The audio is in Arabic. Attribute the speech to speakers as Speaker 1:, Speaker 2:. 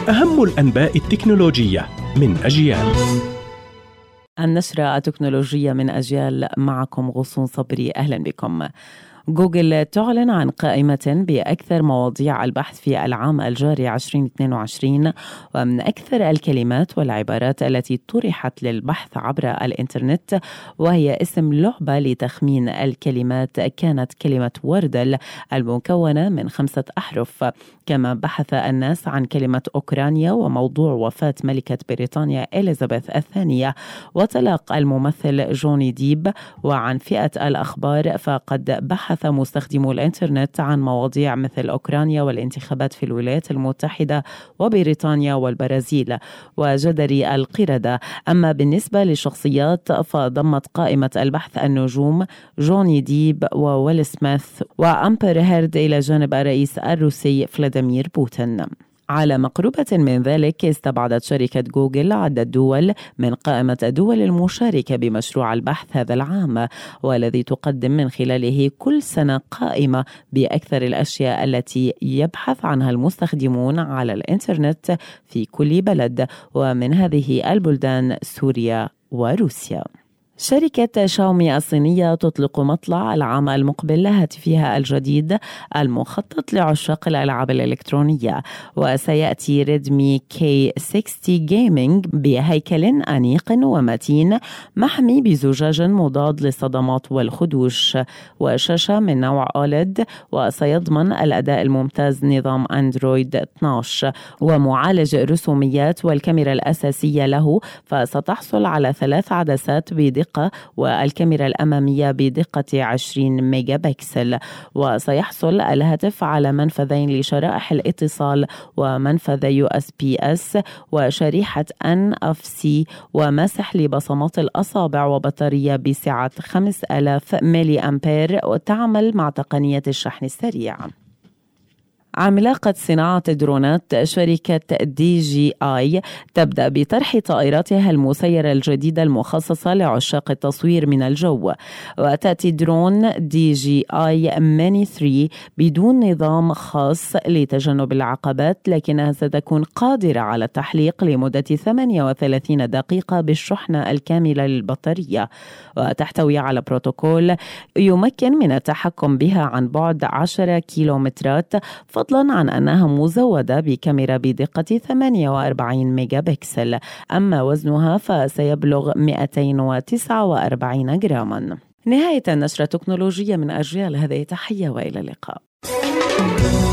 Speaker 1: أهم الأنباء التكنولوجية من أجيال.
Speaker 2: النشرة التكنولوجية من أجيال، معكم غصون صبري. أهلا بكم. جوجل تعلن عن قائمة بأكثر مواضيع البحث في العام الجاري 2022، ومن أكثر الكلمات والعبارات التي طرحت للبحث عبر الإنترنت وهي اسم لعبة لتخمين الكلمات كانت كلمة وردل المكونة من 5 أحرف. كما بحث الناس عن كلمة أوكرانيا وموضوع وفاة ملكة بريطانيا إليزابيث الثانية وطلاق الممثل جوني ديب. وعن فئة الأخبار فقد بحث مستخدمو الإنترنت عن مواضيع مثل أوكرانيا والانتخابات في الولايات المتحدة وبريطانيا والبرازيل وجدري القردة. أما بالنسبة للشخصيات فضمت قائمة البحث النجوم جوني ديب وويل سميث وأمبر هيرد إلى جانب الرئيس الروسي فلاديمير بوتين. على مقربة من ذلك استبعدت شركة جوجل عدة دول من قائمة الدول المشاركة بمشروع البحث هذا العام، والذي تقدم من خلاله كل سنة قائمة بأكثر الأشياء التي يبحث عنها المستخدمون على الإنترنت في كل بلد، ومن هذه البلدان سوريا وروسيا. شركة شاومي الصينية تطلق مطلع العام المقبل لهاتفها الجديد المخطط لعشاق الألعاب الإلكترونية، وسيأتي ريدمي K60 جيمينج بهيكل أنيق ومتين محمي بزجاج مضاد للصدمات والخدوش وشاشة من نوع OLED، وسيضمن الأداء الممتاز نظام أندرويد 12 ومعالج رسوميات. والكاميرا الأساسية له فستحصل على 3 عدسات بدقة، والكاميرا الأمامية بدقة 20 ميجا بكسل. وسيحصل الهاتف على منفذين لشرائح الاتصال ومنفذ USB-S وشريحة NFC ومسح لبصمات الأصابع وبطارية بسعة 5000 ملي أمبير وتعمل مع تقنية الشحن السريع. عملاقة صناعة الدرونات شركة DJI تبدأ بطرح طائراتها المسيرة الجديدة المخصصة لعشاق التصوير من الجو، وتأتي درون DJI Mini 3 بدون نظام خاص لتجنب العقبات، لكنها ستكون قادرة على التحليق لمدة 38 دقيقة بالشحنة الكاملة للبطارية، وتحتوي على بروتوكول يمكن من التحكم بها عن بعد 10 كيلومترات، فضلا عن أنها مزودة بكاميرا بدقة 48 ميجا بكسل. أما وزنها فسيبلغ 249 جراما. نهاية النشرة التكنولوجية من أجيال، هذه تحية وإلى اللقاء.